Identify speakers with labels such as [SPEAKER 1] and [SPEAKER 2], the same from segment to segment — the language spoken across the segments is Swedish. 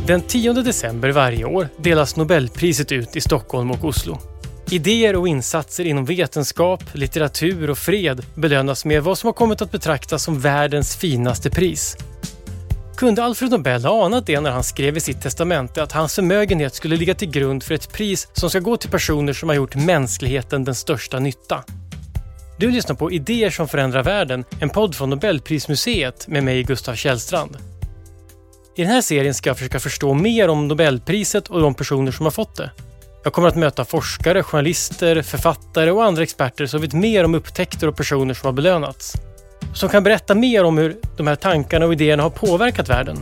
[SPEAKER 1] Den 10 december varje år delas Nobelpriset ut i Stockholm och Oslo. Idéer och insatser inom vetenskap, litteratur och fred belönas med vad som har kommit att betraktas som världens finaste pris. Kunde Alfred Nobel ha anat det när han skrev i sitt testamente att hans förmögenhet skulle ligga till grund för ett pris som ska gå till personer som har gjort mänskligheten den största nytta? Du lyssnar på Idéer som förändrar världen, en podd från Nobelprismuseet med mig, Gustav Källstrand. I den här serien ska jag försöka förstå mer om Nobelpriset och de personer som har fått det. Jag kommer att möta forskare, journalister, författare och andra experter som vet mer om upptäckter och personer som har belönats. Som kan berätta mer om hur de här tankarna och idéerna har påverkat världen.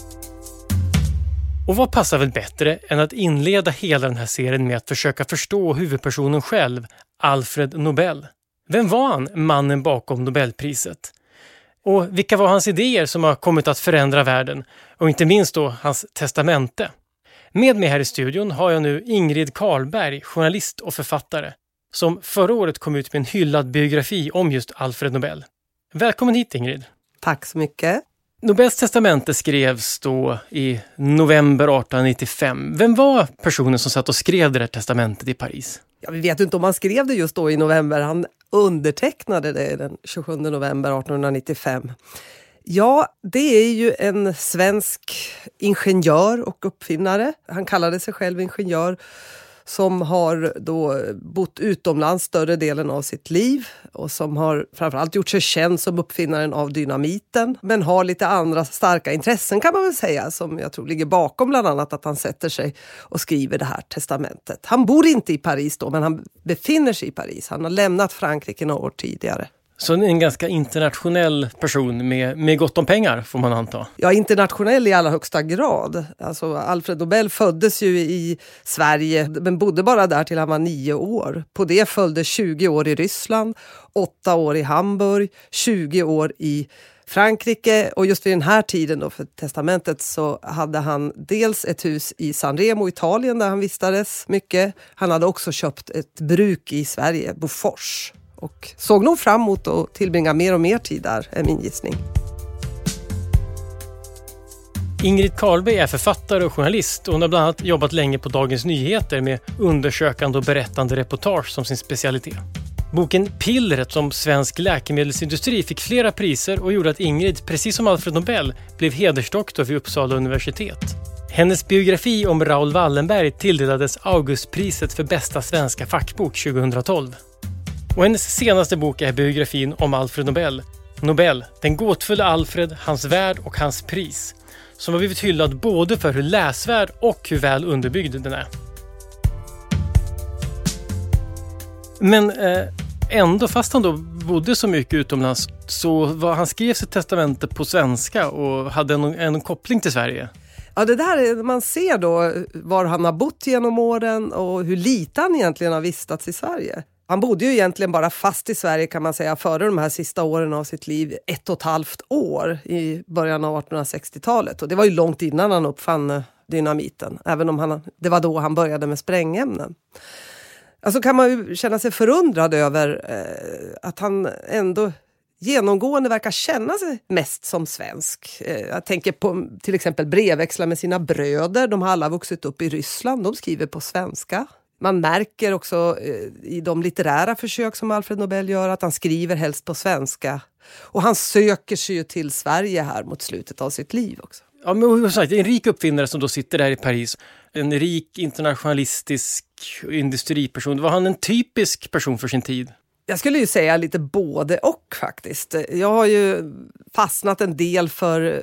[SPEAKER 1] Och vad passar väl bättre än att inleda hela den här serien med att försöka förstå huvudpersonen själv, Alfred Nobel. Vem var han, mannen bakom Nobelpriset? Och vilka var hans idéer som har kommit att förändra världen? Och inte minst då hans testamente. Med mig här i studion har jag nu Ingrid Carlberg, journalist och författare, som förra året kom ut med en hyllad biografi om just Alfred Nobel. Välkommen hit, Ingrid.
[SPEAKER 2] Tack så mycket.
[SPEAKER 1] Nobels testamente skrevs då i november 1895. Vem var personen som satt och skrev det där testamentet i Paris?
[SPEAKER 2] Ja, vi vet inte om han skrev det just då i november. Han undertecknade det den 27 november 1895. Ja, det är ju en svensk ingenjör och uppfinnare. Han kallade sig själv ingenjör, som har då bott utomlands större delen av sitt liv och som har framförallt gjort sig känd som uppfinnaren av dynamiten, men har lite andra starka intressen kan man väl säga, som jag tror ligger bakom bland annat att han sätter sig och skriver det här testamentet. Han bor inte i Paris då, men han befinner sig i Paris. Han har lämnat Frankrike några år tidigare.
[SPEAKER 1] Så en ganska internationell person med gott om pengar, får man anta.
[SPEAKER 2] Ja, internationell i allra högsta grad. Alltså, Alfred Nobel föddes ju i Sverige, men bodde bara där till han var 9 år. På det följde 20 år i Ryssland, 8 år i Hamburg, 20 år i Frankrike. Och just vid den här tiden då för testamentet så hade han dels ett hus i Sanremo, Italien, där han vistades mycket. Han hade också köpt ett bruk i Sverige, Bofors. Och såg nog fram emot att tillbringa mer och mer tid där, är min gissning.
[SPEAKER 1] Ingrid Carlberg är författare och journalist och hon har bland annat jobbat länge på Dagens Nyheter med undersökande och berättande reportage som sin specialitet. Boken Pillret om svensk läkemedelsindustri fick flera priser och gjorde att Ingrid, precis som Alfred Nobel, blev hedersdoktor vid Uppsala universitet. Hennes biografi om Raoul Wallenberg tilldelades Augustpriset för bästa svenska fackbok 2012. Och hennes senaste bok är biografin om Alfred Nobel. Nobel, den gåtfulla Alfred, hans värld och hans pris. Som har blivit hyllad både för hur läsvärd och hur väl underbyggd den är. Men ändå, fast han då bodde så mycket utomlands, så han skrev sitt testamente på svenska och hade en koppling till Sverige.
[SPEAKER 2] Ja, det där är, man ser då var han har bott genom åren och hur lite han egentligen har vistats i Sverige. Han bodde ju egentligen bara fast i Sverige kan man säga före de här sista åren av sitt liv, 1,5 år i början av 1860-talet. Och det var ju långt innan han uppfann dynamiten, även om det var då han började med sprängämnen. Alltså kan man ju känna sig förundrad över att han ändå genomgående verkar känna sig mest som svensk. Jag tänker på till exempel brevväxlar med sina bröder. De har alla vuxit upp i Ryssland, de skriver på svenska. Man märker också i de litterära försök som Alfred Nobel gör att han skriver helst på svenska. Och han söker sig ju till Sverige här mot slutet av sitt liv också.
[SPEAKER 1] Ja, men sagt, en rik uppfinnare som då sitter där i Paris. En rik internationalistisk industriperson. Var han en typisk person för sin tid?
[SPEAKER 2] Jag skulle ju säga lite både och faktiskt. Jag har ju fastnat en del för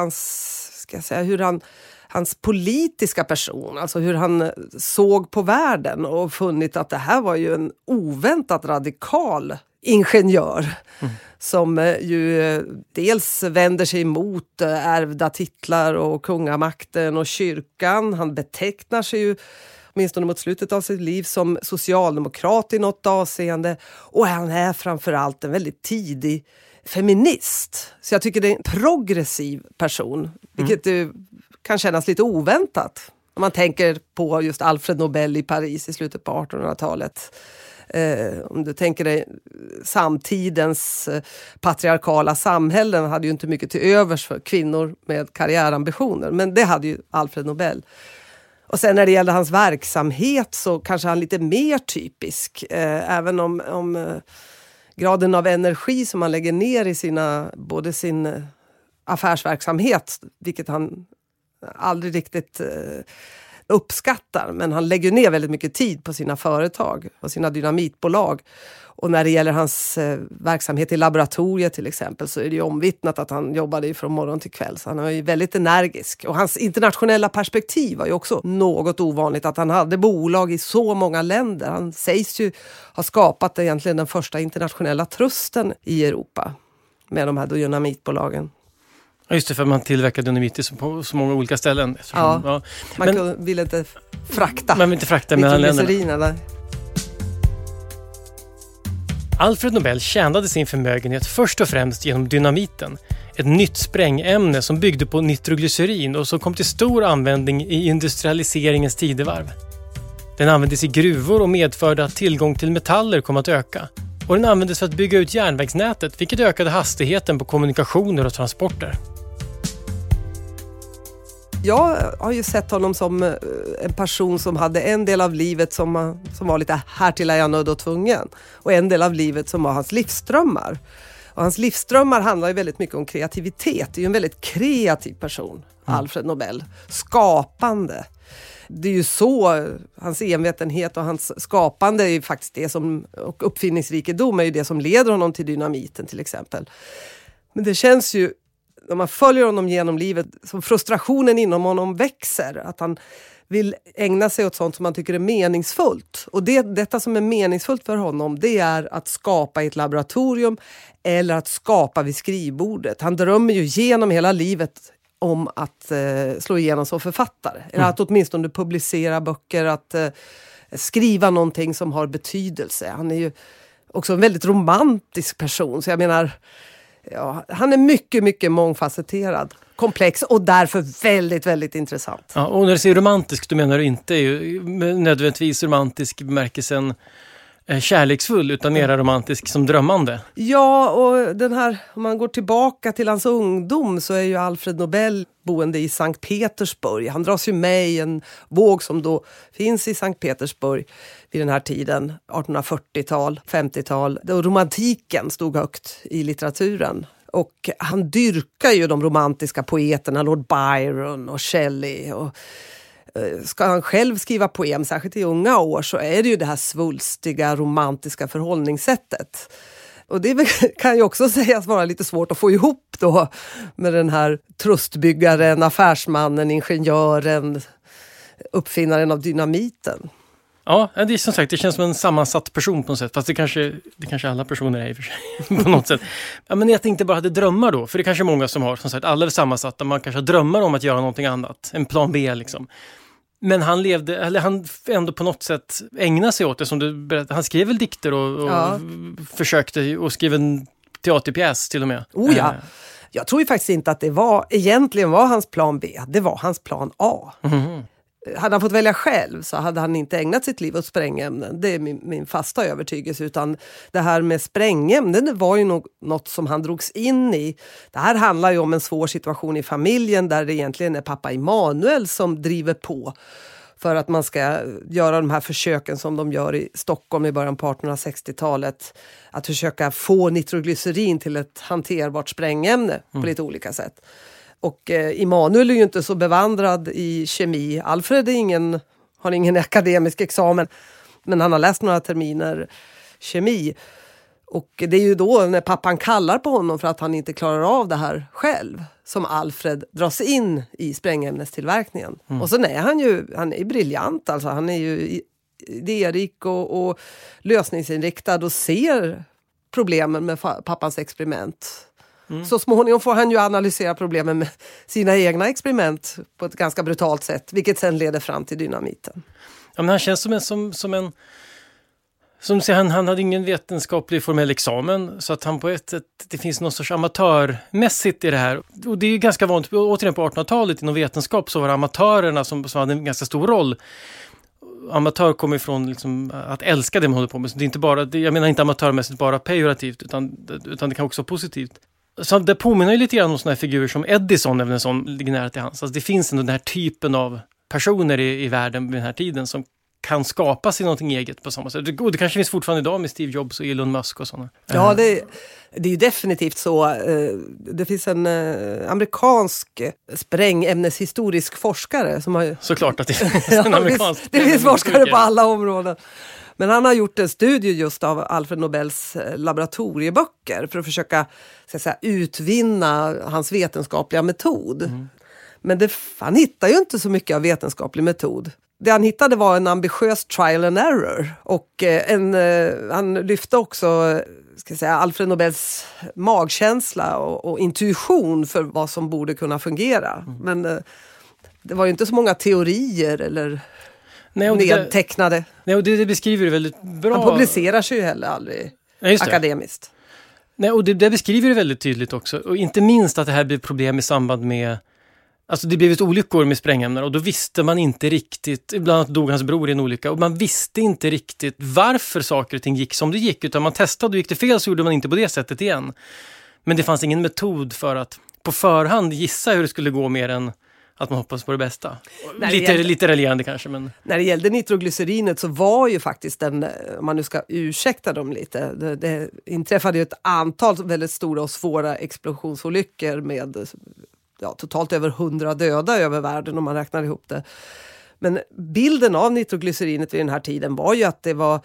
[SPEAKER 2] hans politiska person, alltså hur han såg på världen och funnit att det här var ju en oväntat radikal ingenjör som ju dels vänder sig emot ärvda titlar och kungamakten och kyrkan. Han betecknar sig ju åtminstone mot slutet av sitt liv som socialdemokrat i något avseende, och han är framförallt en väldigt tidig feminist. Så jag tycker det är en progressiv person, vilket kan kännas lite oväntat om man tänker på just Alfred Nobel i Paris i slutet på 1800-talet. Om du tänker dig samtidens patriarkala samhällen hade ju inte mycket till övers för kvinnor med karriärambitioner. Men det hade ju Alfred Nobel. Och sen när det gäller hans verksamhet så kanske han lite mer typisk. Även om graden av energi som han lägger ner i både sin affärsverksamhet, vilket han aldrig riktigt uppskattar, men han lägger ner väldigt mycket tid på sina företag och sina dynamitbolag. Och när det gäller hans verksamhet i laboratoriet till exempel så är det ju omvittnat att han jobbade från morgon till kväll. Så han var ju väldigt energisk. Och hans internationella perspektiv var ju också något ovanligt, att han hade bolag i så många länder. Han sägs ju ha skapat egentligen den första internationella trusten i Europa med de här dynamitbolagen.
[SPEAKER 1] Ja, just det, för man tillverkar dynamit på så många olika ställen.
[SPEAKER 2] Ja. Man vill inte frakta.
[SPEAKER 1] Man vill inte frakta mellan länderna. Alfred Nobel tjänade sin förmögenhet först och främst genom dynamiten. Ett nytt sprängämne som byggde på nitroglycerin och som kom till stor användning i industrialiseringens tidevarv. Den användes i gruvor och medförde att tillgång till metaller kom att öka. Och den användes för att bygga ut järnvägsnätet, vilket ökade hastigheten på kommunikationer och transporter.
[SPEAKER 2] Jag har ju sett honom som en person som hade en del av livet som var lite här till är jag nödd och tvungen. Och en del av livet som var hans livsdrömmar. Och hans livsdrömmar handlar ju väldigt mycket om kreativitet. Det är ju en väldigt kreativ person, Alfred Nobel. Skapande. Det är ju så, hans envetenhet och hans skapande är ju faktiskt det som, och uppfinningsrikedom är ju det som leder honom till dynamiten till exempel. Men det känns ju, när man följer honom genom livet, som frustrationen inom honom växer. Att han vill ägna sig åt sånt som man tycker är meningsfullt. Och detta som är meningsfullt för honom, det är att skapa i ett laboratorium eller att skapa vid skrivbordet. Han drömmer ju genom hela livet om att slå igenom som författare. Eller att åtminstone publicera böcker, att skriva någonting som har betydelse. Han är ju också en väldigt romantisk person, så jag menar, ja, han är mycket, mycket mångfacetterad, komplex och därför väldigt, väldigt intressant.
[SPEAKER 1] Ja, och när du säger romantisk, du menar du inte ju nödvändigtvis romantisk i bemärkelsen kärleksfull, utan mer romantisk som drömmande.
[SPEAKER 2] Ja, och den här, om man går tillbaka till hans ungdom så är ju Alfred Nobel boende i Sankt Petersburg. Han dras ju med i en våg som då finns i Sankt Petersburg vid den här tiden, 1840-tal, 50-tal. Då romantiken stod högt i litteraturen. Och han dyrkar ju de romantiska poeterna, Lord Byron och Shelley. Och ska han själv skriva poem, särskilt i unga år, så är det ju det här svulstiga romantiska förhållningssättet. Och det kan ju också sägas vara lite svårt att få ihop då med den här trustbyggaren, affärsmannen, ingenjören, uppfinnaren av dynamiten.
[SPEAKER 1] Ja, det är som sagt, det känns som en sammansatt person på något sätt. Fast det kanske alla personer är i och för sig på något sätt. Ja, men jag inte bara hade drömmar då. För det är kanske många som har, som sagt, alla är sammansatta. Man kanske har drömmar om att göra någonting annat. En plan B liksom. Men han ändå på något sätt ägnade sig åt det som du berättade. Han skrev väl dikter och försökte och skrev en teaterpjäs till och med.
[SPEAKER 2] Oh ja. Jag tror ju faktiskt inte att det egentligen var hans plan B. Det var hans plan A. Mm-hmm. Hade han fått välja själv så hade han inte ägnat sitt liv åt sprängämnen. Det är min fasta övertygelse. Utan det här med sprängämnen, det var ju något som han drogs in i. Det här handlar ju om en svår situation i familjen där det egentligen är pappa Emanuel som driver på för att man ska göra de här försöken som de gör i Stockholm i början på 1860-talet. Att försöka få nitroglycerin till ett hanterbart sprängämne på lite olika sätt. Och Emanuel är ju inte så bevandrad i kemi. Alfred har ingen akademisk examen, men han har läst några terminer kemi. Och det är ju då när pappan kallar på honom för att han inte klarar av det här själv som Alfred dras in i sprängämnestillverkningen. Och sen är han är briljant, alltså han är ju idérik och lösningsinriktad och ser problemen med pappans experiment. Så småningom får han ju analysera problemen med sina egna experiment på ett ganska brutalt sätt, vilket sen leder fram till dynamiten.
[SPEAKER 1] Ja, men han känns som en som säger, han hade ingen vetenskaplig formell examen, så att han på ett sätt, det finns någon sorts amatörmässigt i det här. Och det är ju ganska vanligt, återigen på 1800-talet inom vetenskap så var det amatörerna som hade en ganska stor roll. amatör kommer ifrån liksom att älska det man håller på med. Så det är inte bara, jag menar inte amatörmässigt bara pejorativt, utan det kan också vara positivt. Så det påminner ju lite grann om sådana här figurer som Edison, även en sån ligger nära till hans. Alltså det finns ändå den här typen av personer i världen vid den här tiden som kan skapa sig någonting eget på samma sätt. Och det kanske finns fortfarande idag med Steve Jobs och Elon Musk och sådana.
[SPEAKER 2] Ja, det är ju definitivt så. Det finns en amerikansk sprängämneshistorisk forskare som har...
[SPEAKER 1] Såklart att det finns en amerikansk.
[SPEAKER 2] Det finns forskare på alla områden. Men han har gjort en studie just av Alfred Nobels laboratorieböcker för att försöka så att säga, utvinna hans vetenskapliga metod. Men han hittar ju inte så mycket av vetenskaplig metod. Det han hittade var en ambitiös trial and error. Och han lyfte också Alfred Nobels magkänsla och intuition för vad som borde kunna fungera. Men det var ju inte så många teorier eller nedtecknade.
[SPEAKER 1] Nej, och det beskriver det väldigt bra.
[SPEAKER 2] Han publicerar sig ju heller aldrig akademiskt.
[SPEAKER 1] Nej, och det beskriver det väldigt tydligt också. Och inte minst att det här blir problem i samband med... Alltså det blev ett olyckor med sprängämnen och då visste man inte riktigt, bland annat dog hans bror i en olycka, och man visste inte riktigt varför saker och ting gick som det gick, utan man testade och gick det fel så gjorde man inte på det sättet igen. Men det fanns ingen metod för att på förhand gissa hur det skulle gå mer än att man hoppas på det bästa. Lite raljerande kanske. Men... När
[SPEAKER 2] det gällde nitroglycerinet så var ju faktiskt om man nu ska ursäkta dem lite, det inträffade ju ett antal väldigt stora och svåra explosionsolyckor med... totalt över 100 döda över världen om man räknar ihop det. Men bilden av nitroglycerinet vid den här tiden var ju att det var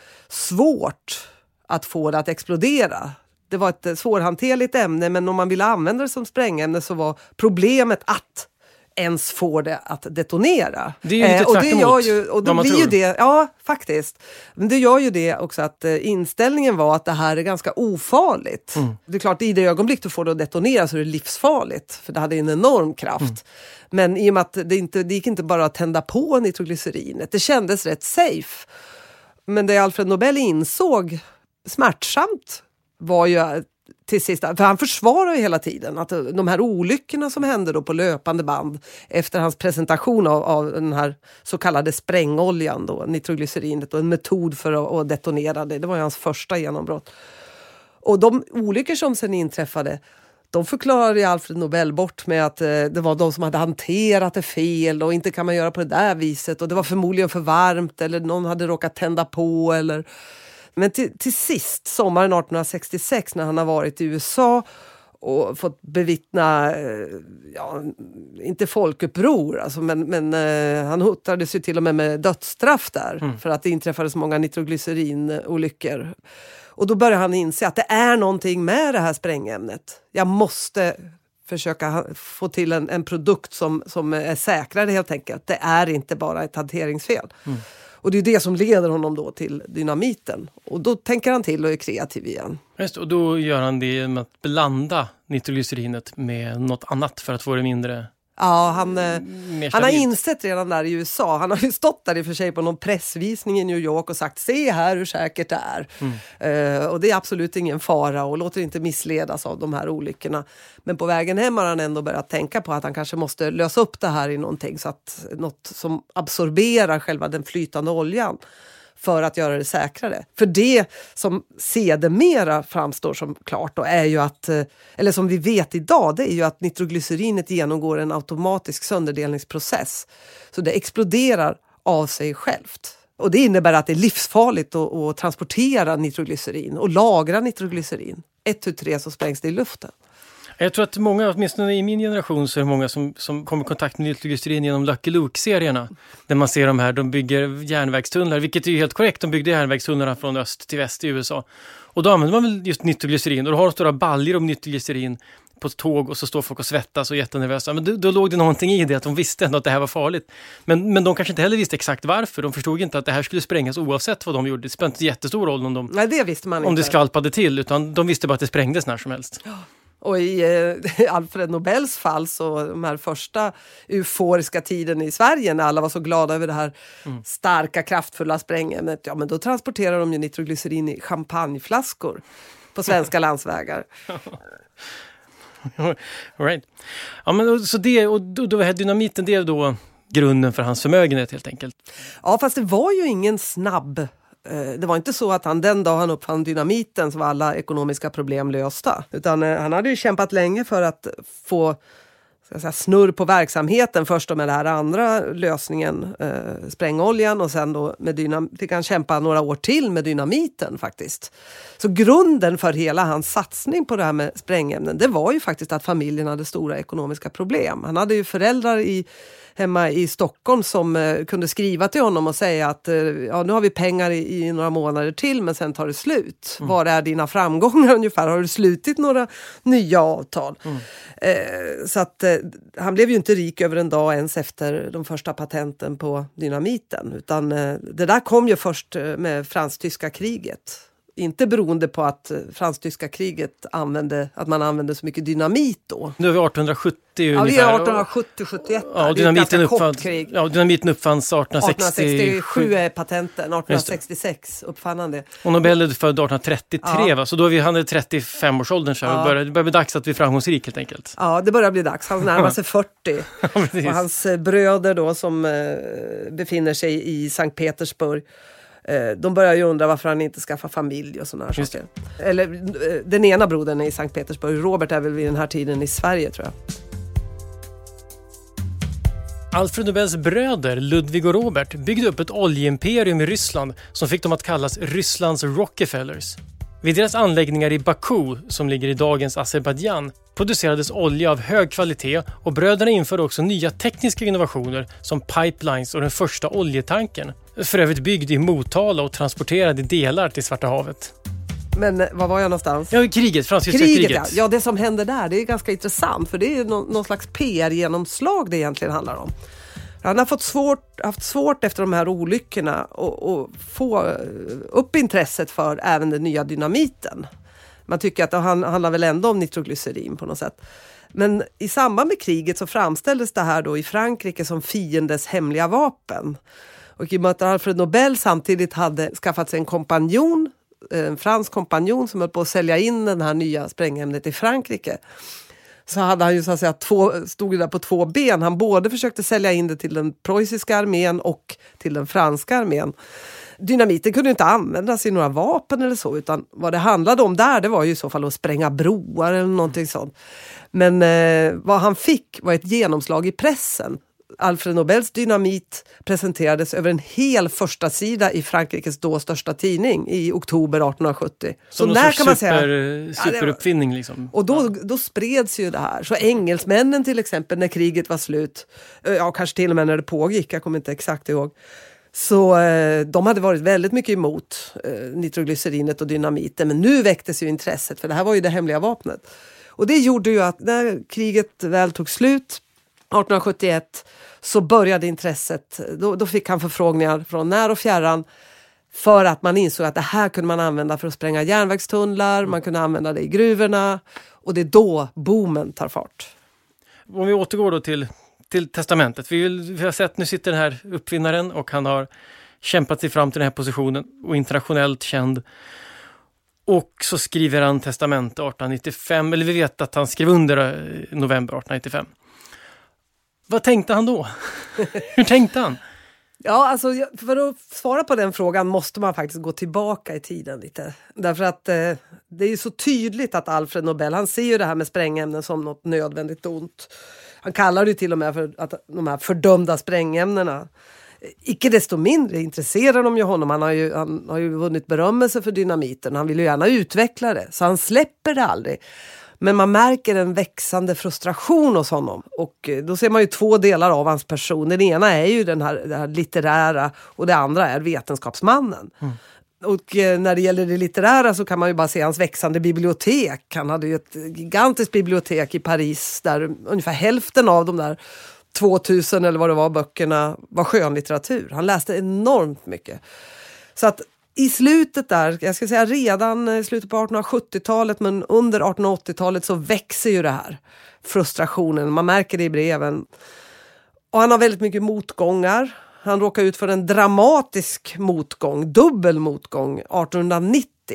[SPEAKER 2] svårt att få det att explodera. Det var ett svårhanterligt ämne, men om man ville använda det som sprängämne så var problemet att ens få det att detonera.
[SPEAKER 1] Det är ju lite tvärtemot
[SPEAKER 2] och då blir ju det, ja faktiskt. Men det gör ju det också att inställningen var att det här är ganska ofarligt. Det är klart, i det ögonblick du får det att detonera så är det livsfarligt. För det hade en enorm kraft. Men i och med att det gick inte bara att tända på nitroglycerinet. Det kändes rätt safe. Men det Alfred Nobel insåg smärtsamt var ju till sist, för han försvarar ju hela tiden att de här olyckorna som hände då på löpande band efter hans presentation av den här så kallade sprängoljan då, nitroglycerinet, och en metod för att detonera det var ju hans första genombrott. Och de olyckor som sen inträffade, de förklarade Alfred Nobel bort med att det var de som hade hanterat det fel och inte kan man göra på det där viset, och det var förmodligen för varmt eller någon hade råkat tända på eller... Men till sist, sommaren 1866, när han har varit i USA och fått bevittna, inte folkuppror, alltså, men han hotades ju till och med dödsstraff där för att det inträffade så många nitroglyserinolickor. Och då började han inse att det är någonting med det här sprängämnet. Jag måste försöka få till en produkt som är säkrare helt enkelt. Det är inte bara ett hanteringsfel. Och det är det som leder honom då till dynamiten. Och då tänker han till och är kreativ igen.
[SPEAKER 1] Just, och då gör han det med att blanda nitroglycerinet med något annat för att få det mindre...
[SPEAKER 2] Ja, han har insett redan där i USA. Han har ju stått där i och för sig på någon pressvisning i New York och sagt, se här hur säkert det är. Och det är absolut ingen fara och låter inte missledas av de här olyckorna. Men på vägen hem har han ändå börjat tänka på att han kanske måste lösa upp det här i någonting, så att något som absorberar själva den flytande oljan för att göra det säkrare. För det som sedermera framstår som klart då är ju att, eller som vi vet idag, det är ju att nitroglycerinet genomgår en automatisk sönderdelningsprocess. Så det exploderar av sig självt. Och det innebär att det är livsfarligt att transportera nitroglycerin och lagra nitroglycerin. 1-3 så sprängs det i luften.
[SPEAKER 1] Jag tror att många, åtminstone i min generation, så är det många som kommer i kontakt med nitroglycerin genom Lucky Luke-serierna. Där man ser de här, de bygger järnvägstunnlar, vilket är ju helt korrekt. De byggde järnvägstunnlarna från öst till väst i USA. Och då använder man väl just nitroglycerin. Och då har de stora baljor om nitroglycerin på ett tåg och så står folk och svettas och är jättenervösa. Men då låg det någonting i det, att de visste ändå att det här var farligt. Men de kanske inte heller visste exakt varför. De förstod inte att det här skulle sprängas oavsett vad de gjorde. Det spelade inte jättestor roll om
[SPEAKER 2] Nej, det visste man inte.
[SPEAKER 1] Om det skvalpade till, utan de visste bara att det sprängdes när som helst.
[SPEAKER 2] Och i Alfred Nobels fall, så de här första euforiska tiden i Sverige när alla var så glada över det här starka, kraftfulla sprängämnet, ja men då transporterar de ju nitroglycerin i champagneflaskor på svenska landsvägar.
[SPEAKER 1] Right. Ja, men så det, och då är dynamiten, det är då grunden för hans förmögenhet helt enkelt.
[SPEAKER 2] Ja, fast det var ju ingen snabb. Det var inte så att han den dag han uppfann dynamiten så var alla ekonomiska problem lösta. Utan han hade ju kämpat länge för att få snurr på verksamheten. Först då med den här andra lösningen, sprängoljan, och sen då fick han kämpa några år till med dynamiten faktiskt. Så grunden för hela hans satsning på det här med sprängämnen, det var ju faktiskt att familjen hade stora ekonomiska problem. Han hade ju föräldrar hemma i Stockholm som kunde skriva till honom och säga att nu har vi pengar i några månader till, men sen tar det slut. Var är dina framgångar ungefär? Har du slutit några nya avtal? Så att han blev ju inte rik över en dag ens efter de första patenten på dynamiten, utan det där kom ju först med fransk-tyska kriget. Inte beroende på att fransk-tyska kriget att man använde så mycket dynamit då.
[SPEAKER 1] Nu är vi 1870 ungefär.
[SPEAKER 2] Ja, vi är 1870-71.
[SPEAKER 1] Ja, dynamiten uppfanns 1867
[SPEAKER 2] är patenten, 1866 uppfann han det.
[SPEAKER 1] Och Nobel är född 1833, va? Så då är han 35-årsåldern så här. Det börjar bli dags att vi är framgångsrik helt enkelt.
[SPEAKER 2] Ja, det börjar bli dags. Han närmar sig 40. Och hans bröder då som befinner sig i Sankt Petersburg, de börjar ju undra varför han inte skaffar familj och sådana här saker. Eller den ena brodern är i Sankt Petersburg. Robert är väl vid den här tiden i Sverige, tror jag.
[SPEAKER 1] Alfred Nobels bröder Ludwig och Robert byggde upp ett oljeimperium i Ryssland som fick dem att kallas Rysslands Rockefellers. Vid deras anläggningar i Baku, som ligger i dagens Azerbaijan, producerades olja av hög kvalitet, och bröderna införde också nya tekniska innovationer som pipelines och den första oljetanken. För övrigt byggd i Motala och transporterad i delar till Svarta havet.
[SPEAKER 2] Men var var jag någonstans?
[SPEAKER 1] Ja, fransk-tyska kriget.
[SPEAKER 2] Ja, det som händer där, det är ganska intressant, för det är någon slags PR-genomslag det egentligen handlar om. Han har haft svårt efter de här olyckorna och få upp intresset för även den nya dynamiten. Man tycker att det handlar väl ändå om nitroglycerin på något sätt. Men i samband med kriget så framställdes det här då i Frankrike som fiendens hemliga vapen. Och i och med att Alfred Nobel samtidigt hade skaffat sig en fransk kompanjon som höll på att sälja in den här nya sprängämnet i Frankrike, så hade han ju så att säga stod där på två ben. Han både försökte sälja in det till den preussiska armén och till den franska armén. Dynamiten kunde inte användas i några vapen eller så, utan vad det handlade om där, det var ju i så fall att spränga broar eller någonting sånt. Men vad han fick var ett genomslag i pressen. Alfred Nobels dynamit presenterades över en hel första sida i Frankrikes då största tidning i oktober 1870.
[SPEAKER 1] Så när kan man säga superuppfinning liksom.
[SPEAKER 2] Och då spreds ju det här. Så engelsmännen till exempel, när kriget var slut, kanske till och med när det pågick, jag kommer inte exakt ihåg, så de hade varit väldigt mycket emot nitroglycerinet och dynamiten, men nu väcktes ju intresset, för det här var ju det hemliga vapnet. Och det gjorde ju att när kriget väl tog slut 1871 så började intresset, då fick han förfrågningar från när och fjärran, för att man insåg att det här kunde man använda för att spränga järnvägstunnlar, man kunde använda det i gruvorna, och det är då boomen tar fart.
[SPEAKER 1] Om vi återgår då till testamentet. Vi har sett, nu sitter den här uppfinnaren och han har kämpat sig fram till den här positionen och internationellt känd. Och så skriver han testament 1895, eller vi vet att han skrev under november 1895. Vad tänkte han då? Hur tänkte han?
[SPEAKER 2] Ja, alltså för att svara på den frågan måste man faktiskt gå tillbaka i tiden lite. Därför att det är ju så tydligt att Alfred Nobel, han ser ju det här med sprängämnen som något nödvändigt ont. Han kallar det till och med för att de här fördömda sprängämnena. Icke desto mindre intresserar de ju honom. Han har ju vunnit berömmelse för dynamiten. Han vill ju gärna utveckla det, så han släpper det aldrig. Men man märker en växande frustration hos honom. Och då ser man ju två delar av hans person. Den ena är ju det här litterära, och det andra är vetenskapsmannen. Och när det gäller det litterära så kan man ju bara se hans växande bibliotek. Han hade ju ett gigantiskt bibliotek i Paris där ungefär hälften av de där 2000 eller vad det var böckerna var skönlitteratur. Han läste enormt mycket. Så att i slutet där, jag ska säga redan i slutet på 1870-talet, men under 1880-talet så växer ju det här. Frustrationen, man märker det i breven. Och han har väldigt mycket motgångar. Han råkar ut för en dramatisk motgång, dubbel motgång, 1890.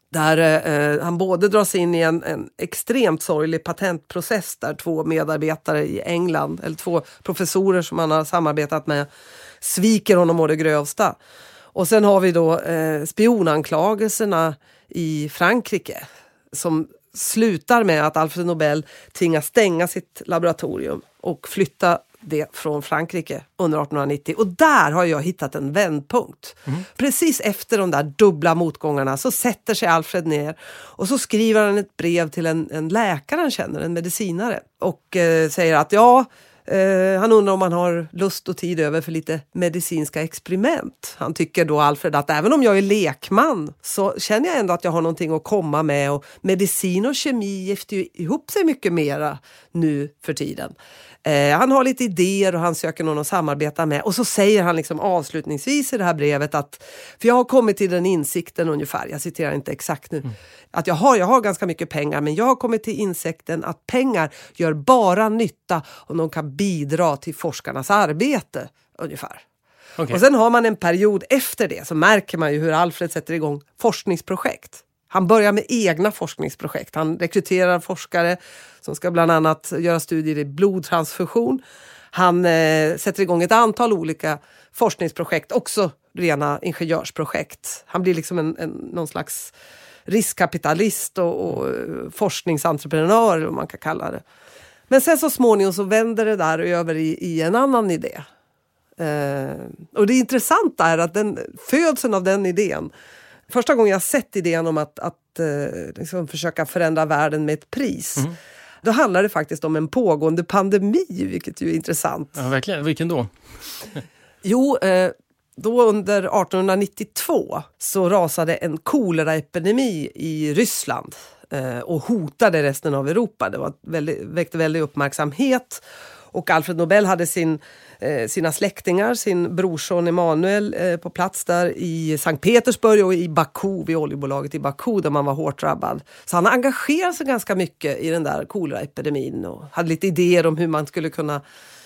[SPEAKER 2] Där han både dras in i en extremt sorglig patentprocess där 2 medarbetare i England, eller 2 professorer som han har samarbetat med, sviker honom å det grövsta. Och sen har vi då spionanklagelserna i Frankrike som slutar med att Alfred Nobel tvingas stänga sitt laboratorium och flytta det från Frankrike under 1890. Och där har jag hittat en vändpunkt. Precis efter de där dubbla motgångarna så sätter sig Alfred ner och så skriver han ett brev till en läkare han känner, en medicinare. Och säger att han undrar om han har lust och tid över för lite medicinska experiment. Han tycker då, Alfred, att även om jag är lekman så känner jag ändå att jag har någonting att komma med. Och medicin och kemi gifter ju ihop sig mycket mera nu för tiden. Han har lite idéer och han söker någon att samarbeta med. Och så säger han liksom avslutningsvis i det här brevet att, för jag har kommit till den insikten ungefär, jag citerar inte exakt nu, att jag har ganska mycket pengar, men jag har kommit till insikten att pengar gör bara nytta om de kan bidra till forskarnas arbete ungefär. Okay. Och sen har man en period efter det så märker man ju hur Alfred sätter igång forskningsprojekt. Han börjar med egna forskningsprojekt. Han rekryterar forskare som ska bland annat göra studier i blodtransfusion. Han sätter igång ett antal olika forskningsprojekt, också rena ingenjörsprojekt. Han blir liksom någon slags riskkapitalist och forskningsentreprenör, eller vad man kan kalla det. Men sen så småningom så vänder det där över i en annan idé. Och det intressanta är att födseln av den idén, första gången jag sett idén om att liksom försöka förändra världen med ett pris, då handlar det faktiskt om en pågående pandemi, vilket ju är intressant. Ja,
[SPEAKER 1] verkligen. Vilken då?
[SPEAKER 2] Jo, då under 1892 så rasade en koleraepidemi i Ryssland och hotade resten av Europa. Det väckte väldig uppmärksamhet. Och Alfred Nobel hade sina släktingar, sin brorson Emanuel på plats där i Sankt Petersburg och i Baku, vid oljebolaget i Baku där man var hårt drabbad. Så han engagerade sig ganska mycket i den där koleraepidemin och hade lite idéer om hur man skulle kunna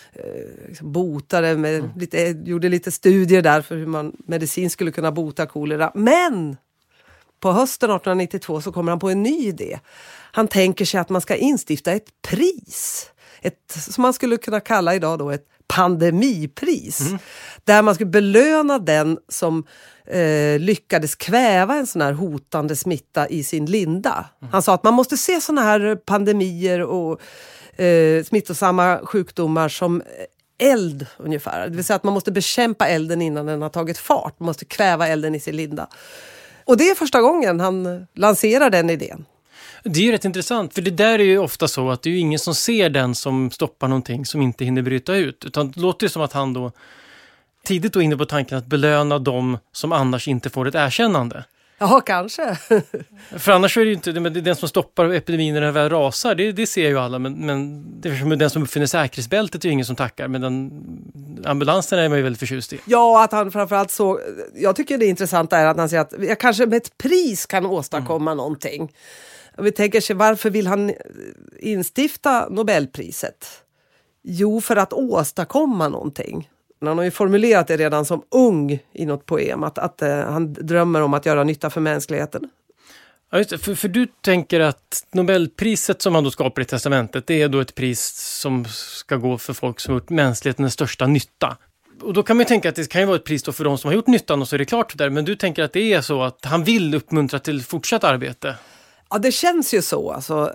[SPEAKER 2] bota det. Gjorde lite studier där för hur man medicin skulle kunna bota kolera. Men på hösten 1892 så kommer han på en ny idé. Han tänker sig att man ska instifta ett pris. Som man skulle kunna kalla idag då ett pandemipris. Där man skulle belöna den som lyckades kväva en sån här hotande smitta i sin linda. Han sa att man måste se såna här pandemier och smittosamma sjukdomar som eld ungefär. Det vill säga att man måste bekämpa elden innan den har tagit fart. Man måste kväva elden i sin linda. Och det är första gången han lanserar den idén.
[SPEAKER 1] Det är ju rätt intressant, för det där är ju ofta så att det är ju ingen som ser den som stoppar någonting som inte hinner bryta ut. Utan det låter ju som att han då tidigt då inne på tanken att belöna dem som annars inte får ett erkännande.
[SPEAKER 2] Ja, kanske.
[SPEAKER 1] För annars är det ju inte den som stoppar epidemin när den väl rasar, det ser ju alla. Men det är som den som uppfinner säkerhetsbältet är ju ingen som tackar. Men ambulansen är man ju väldigt förtjust i.
[SPEAKER 2] Ja, att han framförallt så... Jag tycker det intressanta är att han säger att jag kanske med ett pris kan åstadkomma någonting. Vi tänker sig, varför vill han instifta Nobelpriset? Jo, för att åstadkomma någonting. Han har ju formulerat det redan som ung i något poem, att han drömmer om att göra nytta för mänskligheten.
[SPEAKER 1] Ja, just det. För du tänker att Nobelpriset som han då skapar i testamentet, det är då ett pris som ska gå för folk som har gjort mänskligheten den största nytta. Och då kan man ju tänka att det kan ju vara ett pris då för de som har gjort nyttan och så är det klart där. Men du tänker att det är så att han vill uppmuntra till fortsatt arbete?
[SPEAKER 2] Ja, det känns ju så. Alltså,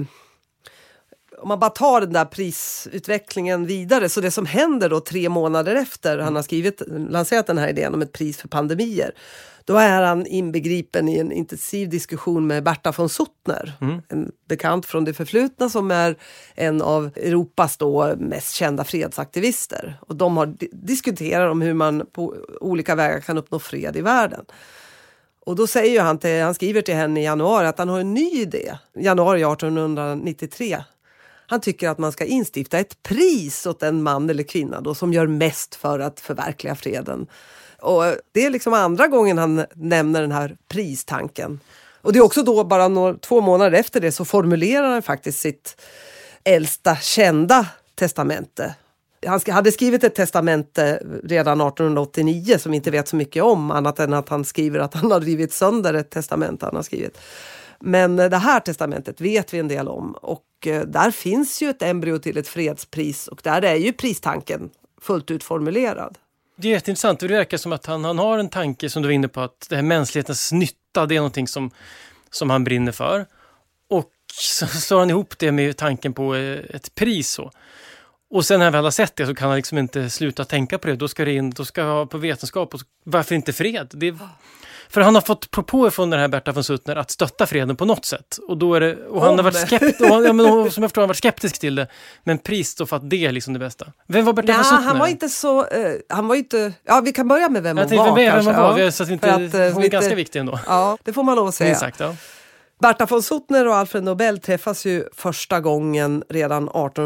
[SPEAKER 2] om man bara tar den där prisutvecklingen vidare, så det som händer då 3 månader efter han har lanserat den här idén om ett pris för pandemier, då är han inbegripen i en intensiv diskussion med Bertha von Suttner, en bekant från det förflutna som är en av Europas då mest kända fredsaktivister. Och de diskuterar om hur man på olika vägar kan uppnå fred i världen. Och då säger han skriver till henne i januari att han har en ny idé. Januari 1893. Han tycker att man ska instifta ett pris åt en man eller kvinna då, som gör mest för att förverkliga freden. Och det är liksom andra gången han nämner den här pristanken. Och det är också då, bara 2 månader efter det, så formulerar han faktiskt sitt äldsta kända testamente. Han hade skrivit ett testamente redan 1889 som vi inte vet så mycket om, annat än att han skriver att han har rivit sönder ett testamente han har skrivit. Men det här testamentet vet vi en del om, och där finns ju ett embryo till ett fredspris, och där är ju pristanken fullt ut formulerad.
[SPEAKER 1] Det är jätteintressant, och det verkar som att han har en tanke som du var inne på, att det här mänsklighetens nytta, det är någonting som han brinner för. Och så slår han ihop det med tanken på ett pris så. Och sen när han väl har sett det så kan han liksom inte sluta tänka på det. Då ska jag ha på vetenskap, och varför inte fred? För han har fått propåer från den här Berta von Suttner att stötta freden på något sätt. Och då är det, och han har varit skeptisk, som jag förstår, han har varit skeptisk till det. Men pris då för att det är liksom det bästa. Vem var Berta von Suttner?
[SPEAKER 2] Han var inte så, han var inte, ja vi kan börja med vem hon var.
[SPEAKER 1] Vem
[SPEAKER 2] kanske.
[SPEAKER 1] var, ja, så att inte, hon är ganska viktig ändå.
[SPEAKER 2] Ja, det får man lov att säga.
[SPEAKER 1] Exakt, ja.
[SPEAKER 2] Berta von Suttner och Alfred Nobel träffas ju första gången redan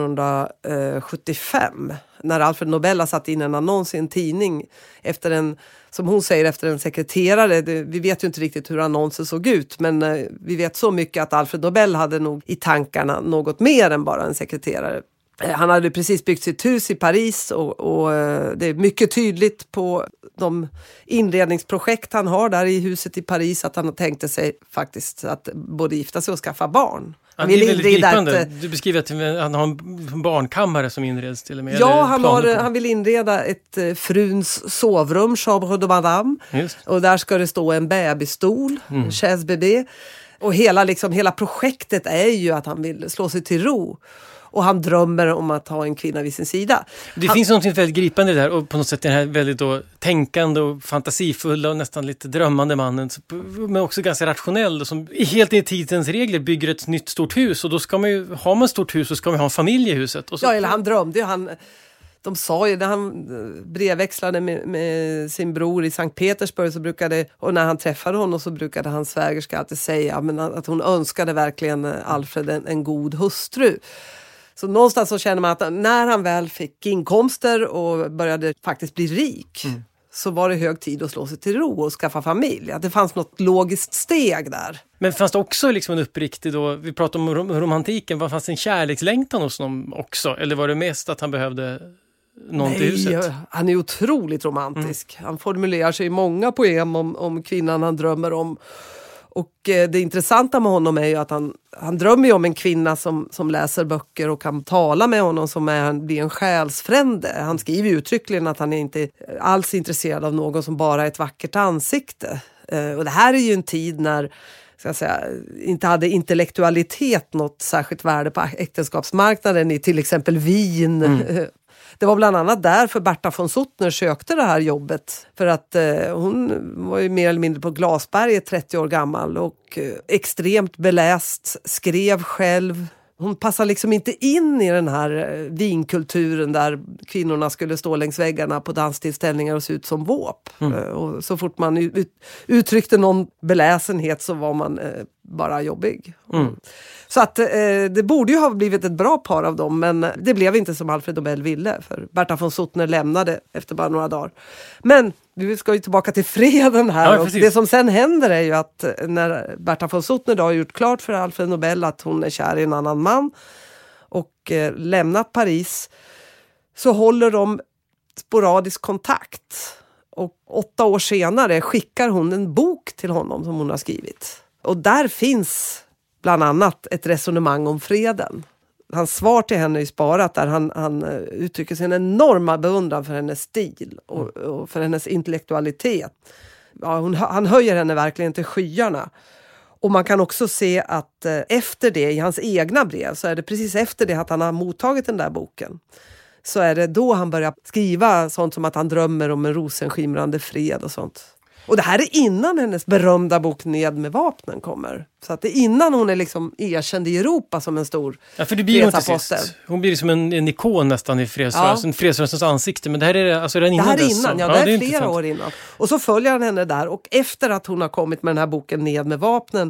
[SPEAKER 2] 1875 när Alfred Nobel har satt in en annons i en tidning efter en, som hon säger, efter en sekreterare. Vi vet ju inte riktigt hur annonsen såg ut, men vi vet så mycket att Alfred Nobel hade nog i tankarna något mer än bara en sekreterare. Han hade precis byggt sitt hus i Paris, och det är mycket tydligt på de inredningsprojekt han har där i huset i Paris att han tänkte sig faktiskt att både gifta sig och skaffa barn.
[SPEAKER 1] Ja, det är väldigt gripande. Du beskriver att han har en barnkammare som inreds till och med.
[SPEAKER 2] Ja, han vill inreda ett fruns sovrum, chambre de madame.
[SPEAKER 1] Just.
[SPEAKER 2] Och där ska det stå en bebisstol, en chaise bébé. Och hela projektet är ju att han vill slå sig till ro. Och han drömmer om att ha en kvinna vid sin sida.
[SPEAKER 1] Det finns något väldigt gripande där, och på något sätt den här väldigt då tänkande och fantasifulla och nästan lite drömmande mannen, men också ganska rationell, som helt i tidens regler bygger ett nytt stort hus, och då ska man ju, har man ett stort hus så ska man ha en familj i huset. Och så,
[SPEAKER 2] ja, eller han drömde ju, de sa ju när han brevväxlade med sin bror i Sankt Petersburg, så brukade, och när han träffade honom så brukade hans svägerska alltid säga att hon önskade verkligen Alfred en god hustru. Så någonstans så känner man att när han väl fick inkomster och började faktiskt bli rik, så var det hög tid att slå sig till ro och skaffa familj. Att det fanns något logiskt steg där.
[SPEAKER 1] Men fanns det också liksom en uppriktig då, vi pratar om romantiken, fanns det en kärlekslängtan hos honom också? Eller var det mest att han behövde någon till huset?
[SPEAKER 2] Han är otroligt romantisk. Han formulerar sig i många poem om kvinnan han drömmer om. Och det intressanta med honom är ju att han drömmer ju om en kvinna som läser böcker och kan tala med honom, som blir en själsfrände. Han skriver ju uttryckligen att han är inte alls intresserad av någon som bara är ett vackert ansikte. Och det här är ju en tid när, ska jag säga, inte hade intellektualitet något särskilt värde på äktenskapsmarknaden i till exempel Wien. Det var bland annat därför Berta von Suttner sökte det här jobbet. För att hon var ju mer eller mindre på Glasberget 30 år gammal och extremt beläst, skrev själv. Hon passar liksom inte in i den här vinkulturen där kvinnorna skulle stå längs väggarna på danstillställningar och se ut som våp. Och så fort man uttryckte någon beläsenhet så var man bara jobbig. Så att det borde ju ha blivit ett bra par av dem, men det blev inte som Alfred Nobel ville, för Berta von Suttner lämnade efter bara några dagar. Men vi ska ju tillbaka till freden här.
[SPEAKER 1] Ja,
[SPEAKER 2] och det som sen händer är ju att när Berta von Suttner då har gjort klart för Alfred Nobel att hon är kär i en annan man och lämnat Paris, så håller de sporadisk kontakt. Och 8 år senare skickar hon en bok till honom som hon har skrivit. Och där finns bland annat ett resonemang om freden. Hans svar till henne är sparat där han uttrycker sin enorma beundran för hennes stil och för hennes intellektualitet. Ja, han höjer henne verkligen till skyarna. Och man kan också se att efter det, i hans egna brev, så är det precis efter det att han har mottagit den där boken, så är det då han börjar skriva sånt som att han drömmer om en rosenskimrande fred och sånt. Och det här är innan hennes berömda bok Ned med vapnen kommer. Så att det är innan hon är liksom erkänd i Europa som en stor fredsapostel.
[SPEAKER 1] Hon blir som en ikon nästan i fredsrörelsen, fredsrörelsens ansikte. Men det här är alltså redan innan
[SPEAKER 2] det här är
[SPEAKER 1] dess.
[SPEAKER 2] innan, det är flera år innan. Och så följer han henne där, och efter att hon har kommit med den här boken Ned med vapnen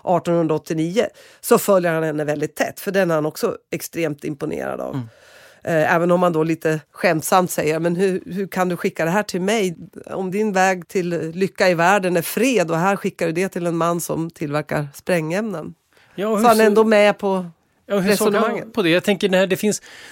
[SPEAKER 2] 1889, så följer han henne väldigt tätt. För den är han också extremt imponerad av. Även om man då lite skämtsamt säger, men hur kan du skicka det här till mig? Om din väg till lycka i världen är fred, och här skickar du det till en man som tillverkar sprängämnen. Ja, så han är ändå med på resonemanget.
[SPEAKER 1] På det. Jag tänker när det finns,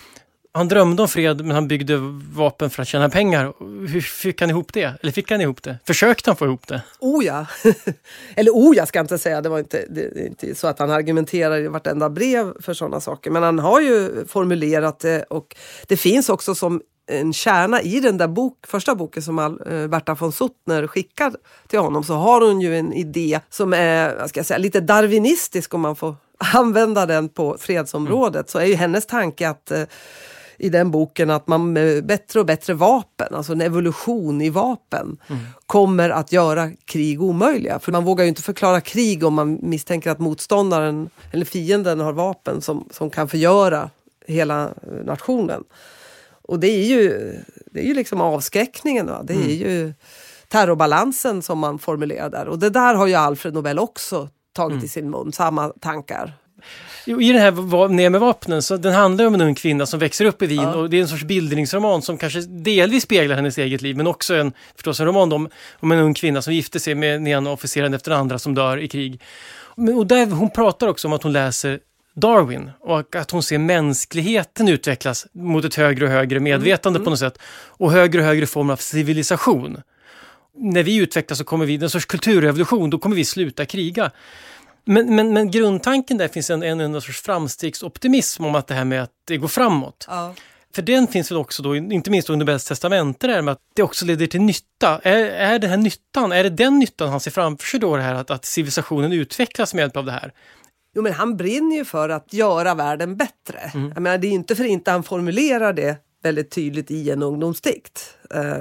[SPEAKER 1] Han drömde om fred, men han byggde vapen för att tjäna pengar. Hur fick han ihop det? Eller fick han ihop det? Försökte han få ihop det?
[SPEAKER 2] Ja. Eller jag ska inte säga. Det var inte så att han argumenterar i vartenda brev för sådana saker. Men han har ju formulerat det, och det finns också som en kärna i den där första boken som Berta von Suttner skickar till honom, så har hon ju en idé som är, vad ska jag säga, lite darwinistisk, om man får använda den på fredsområdet. Så är ju hennes tanke att i den boken att man med bättre och bättre vapen, alltså en evolution i vapen, kommer att göra krig omöjliga. För man vågar ju inte förklara krig om man misstänker att motståndaren eller fienden har vapen som kan förgöra hela nationen. Och det är ju liksom avskräckningen, va? Det är ju terrorbalansen som man formulerar där. Och det där har ju Alfred Nobel också tagit i sin mun, samma tankar.
[SPEAKER 1] I den här Ner med vapnen, så den handlar om en ung kvinna som växer upp i Wien, och det är en sorts bildningsroman som kanske delvis speglar hennes eget liv, men också en roman om en ung kvinna som gifter sig med en officer efter den andra som dör i krig. Och där hon pratar också om att hon läser Darwin och att hon ser mänskligheten utvecklas mot ett högre och högre medvetande på något sätt, och högre form av civilisation. När vi utvecklas så kommer vi en sorts kulturrevolution, då kommer vi sluta kriga. Men grundtanken där finns en sorts framstegsoptimism om att det här med att det går framåt. Ja. För den finns väl också då, inte minst under Nobels testamente där, med att det också leder till nytta. Är det här nyttan, är det den nyttan han ser framför sig då, det här att civilisationen utvecklas med hjälp av det här?
[SPEAKER 2] Jo, men han brinner ju för att göra världen bättre. Jag menar, det är inte för inte han formulerar det väldigt tydligt i en ungdomsdikt.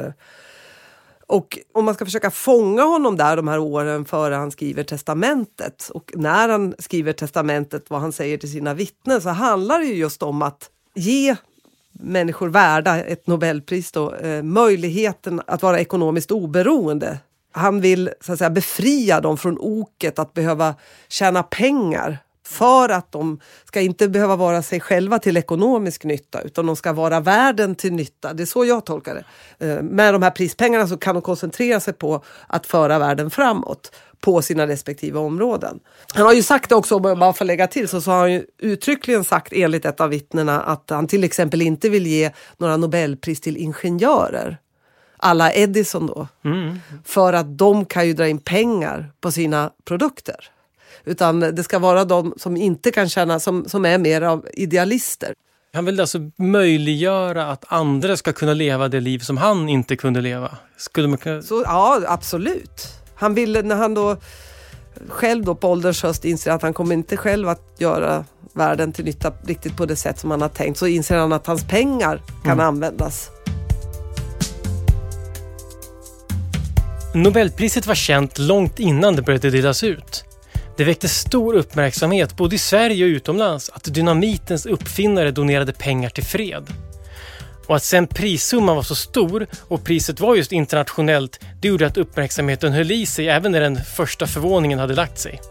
[SPEAKER 2] Och om man ska försöka fånga honom där de här åren före han skriver testamentet, och när han skriver testamentet, vad han säger till sina vittnen, så handlar det ju just om att ge människor värda ett Nobelpris då, möjligheten att vara ekonomiskt oberoende. Han vill, så att säga, befria dem från oket att behöva tjäna pengar, för att de ska inte behöva vara sig själva till ekonomisk nytta, utan de ska vara världen till nytta. Det är så jag tolkar det. Med de här prispengarna så kan de koncentrera sig på att föra världen framåt på sina respektive områden. Han har ju sagt det också, om man får lägga till, så har han ju uttryckligen sagt enligt ett av vittnena att han till exempel inte vill ge några Nobelpris till ingenjörer. Alla Edison då. För att de kan ju dra in pengar på sina produkter. Utan det ska vara de som inte kan känna, som är mer av idealister.
[SPEAKER 1] Han vill alltså möjliggöra att andra ska kunna leva det liv som han inte kunde leva. Skulle man kunna...
[SPEAKER 2] Så, ja, absolut. Han vill, när han då själv då på ålderns höst inser att han kommer inte själv att göra världen till nytta riktigt på det sätt som han har tänkt, så inser han att hans pengar kan användas.
[SPEAKER 1] Nobelpriset var känt långt innan det började delas ut. Det väckte stor uppmärksamhet både i Sverige och utomlands att dynamitens uppfinnare donerade pengar till fred. Och att sen prissumman var så stor och priset var just internationellt, det gjorde att uppmärksamheten höll i sig även när den första förvåningen hade lagt sig.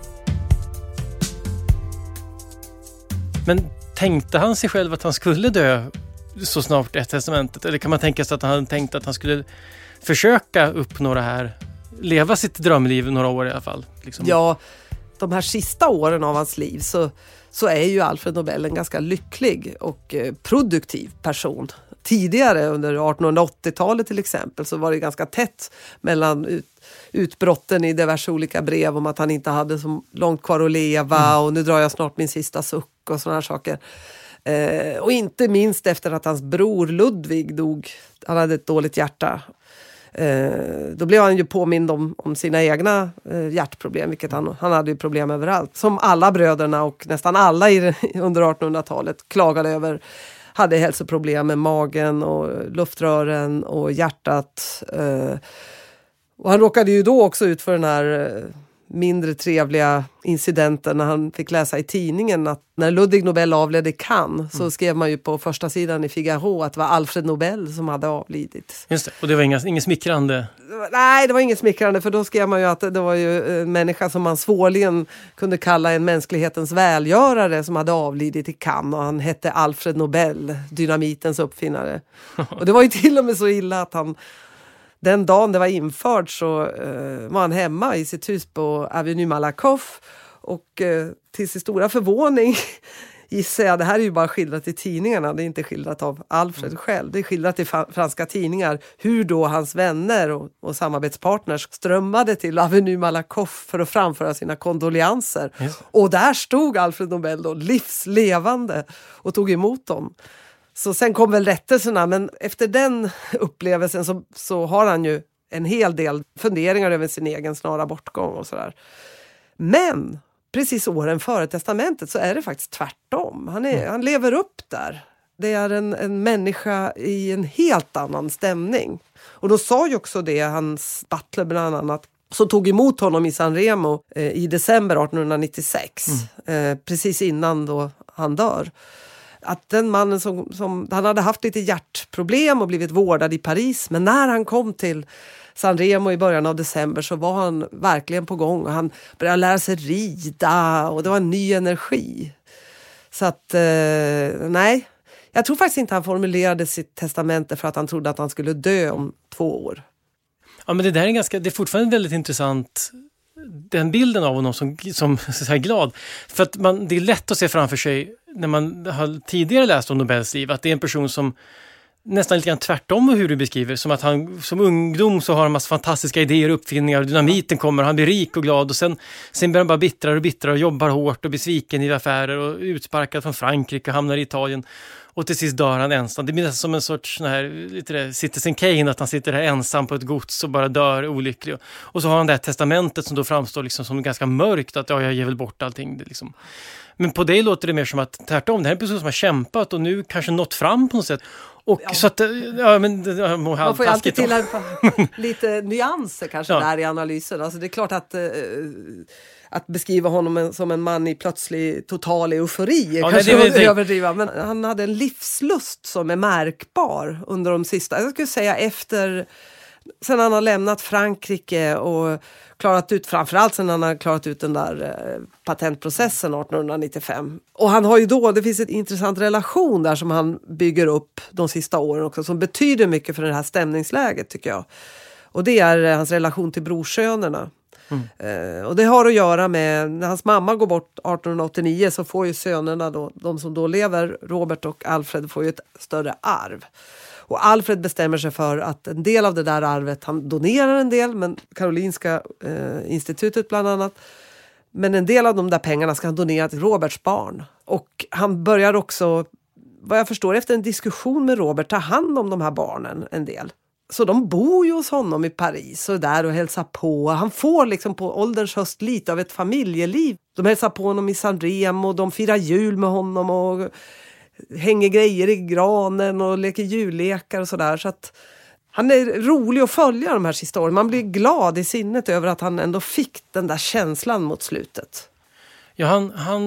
[SPEAKER 1] Men tänkte han sig själv att han skulle dö så snart efter testamentet? Eller kan man tänka sig att han tänkte att han skulle försöka uppnå det här, leva sitt drömliv några år i alla fall? Liksom.
[SPEAKER 2] Ja, de här sista åren av hans liv så är ju Alfred Nobel en ganska lycklig och produktiv person. Tidigare under 1880-talet till exempel så var det ganska tätt mellan utbrotten i diverse olika brev om att han inte hade så långt kvar att leva och nu drar jag snart min sista suck och sådana här saker. Och inte minst efter att hans bror Ludvig dog. Han hade ett dåligt hjärta. Då blev han ju påmind om sina egna hjärtproblem, vilket han hade ju problem överallt. Som alla bröderna och nästan alla under 1800-talet klagade över, hade hälsoproblem med magen och luftrören och hjärtat. Och han råkade ju då också ut för den här mindre trevliga incidenten när han fick läsa i tidningen att när Ludvig Nobel avled i Cannes så skrev man ju på första sidan i Figaro att det var Alfred Nobel som hade avlidit.
[SPEAKER 1] Just det, och det var ingen smickrande?
[SPEAKER 2] Nej, det var inget smickrande, för då skrev man ju att det var ju en människa som man svårligen kunde kalla en mänsklighetens välgörare som hade avlidit i Cannes, och han hette Alfred Nobel, dynamitens uppfinnare. Och det var ju till och med så illa att han den dagen det var infört så var han hemma i sitt hus på Avenue Malakoff och till sin stora förvåning gissar jag, det här är ju bara skildrat i tidningarna, det är inte skildrat av Alfred själv. Det är skildrat i franska tidningar hur då hans vänner och samarbetspartners strömmade till Avenue Malakoff för att framföra sina kondoleanser.
[SPEAKER 1] Yes.
[SPEAKER 2] Och där stod Alfred Nobel då livslevande och tog emot dem. Så sen kom väl rättelserna, men efter den upplevelsen så har han ju en hel del funderingar över sin egen snara bortgång och sådär. Men precis åren före testamentet så är det faktiskt tvärtom. Han lever upp där. Det är en människa i en helt annan stämning. Och då sa ju också det, hans butler bland annat, som tog emot honom i San Remo i december 1896. Precis innan då han dör. Att den mannen som han hade haft lite hjärtproblem och blivit vårdad i Paris. Men när han kom till San Remo i början av december så var han verkligen på gång. Och han började lära sig rida och det var en ny energi. Så att, nej. Jag tror faktiskt inte han formulerade sitt testamente för att han trodde att han skulle dö om 2 år.
[SPEAKER 1] Ja, men det där är det är fortfarande väldigt intressant, den bilden av honom som så här glad. För att det är lätt att se framför sig när man har tidigare läst om Nobels liv att det är en person som nästan lite grann tvärtom hur du beskriver. Som att han som ungdom så har han en massa fantastiska idéer och uppfinningar. Dynamiten kommer, han blir rik och glad och sen blir han bara bittrare och jobbar hårt och besviken i affärer och utsparkad från Frankrike och hamnar i Italien. Och till sist dör han ensam. Det blir nästan som en sorts Citizen Kane, att han sitter här ensam på ett gods och bara dör olycklig. Och så har han det här testamentet som då framstår liksom som ganska mörkt, att jag ger väl bort allting. Det liksom. Men på det låter det mer som att tvärtom, det här är en person som har kämpat och nu kanske nått fram på något sätt. Och så att,
[SPEAKER 2] man får ju alltid till lite nyanser kanske där i analysen. Alltså det är klart att beskriva honom som en man i plötslig total eufori kanske det överdriva. Men han hade en livslust som är märkbar under de sista, jag skulle säga sen han har lämnat Frankrike och klarat ut, framförallt sen han har klarat ut den där patentprocessen 1895. Och han har ju det finns en intressant relation där som han bygger upp de sista åren också, som betyder mycket för det här stämningsläget tycker jag. Och det är hans relation till brorsönerna. Och det har att göra med, när hans mamma går bort 1889 så får ju sönerna då, de som då lever, Robert och Alfred, får ju ett större arv. Och Alfred bestämmer sig för att en del av det där arvet, han donerar en del, men Karolinska institutet bland annat. Men en del av de där pengarna ska han donera till Roberts barn. Och han börjar också, vad jag förstår, efter en diskussion med Robert ta hand om de här barnen en del. Så de bor ju hos honom i Paris och där och hälsar på. Han får liksom på ålderns höst lite av ett familjeliv. De hälsar på honom i San Remo och de firar jul med honom och hänger grejer i granen och leker jullekar och sådär. Så att han är rolig att följa de här sista åren. Man blir glad i sinnet över att han ändå fick den där känslan mot slutet.
[SPEAKER 1] Ja,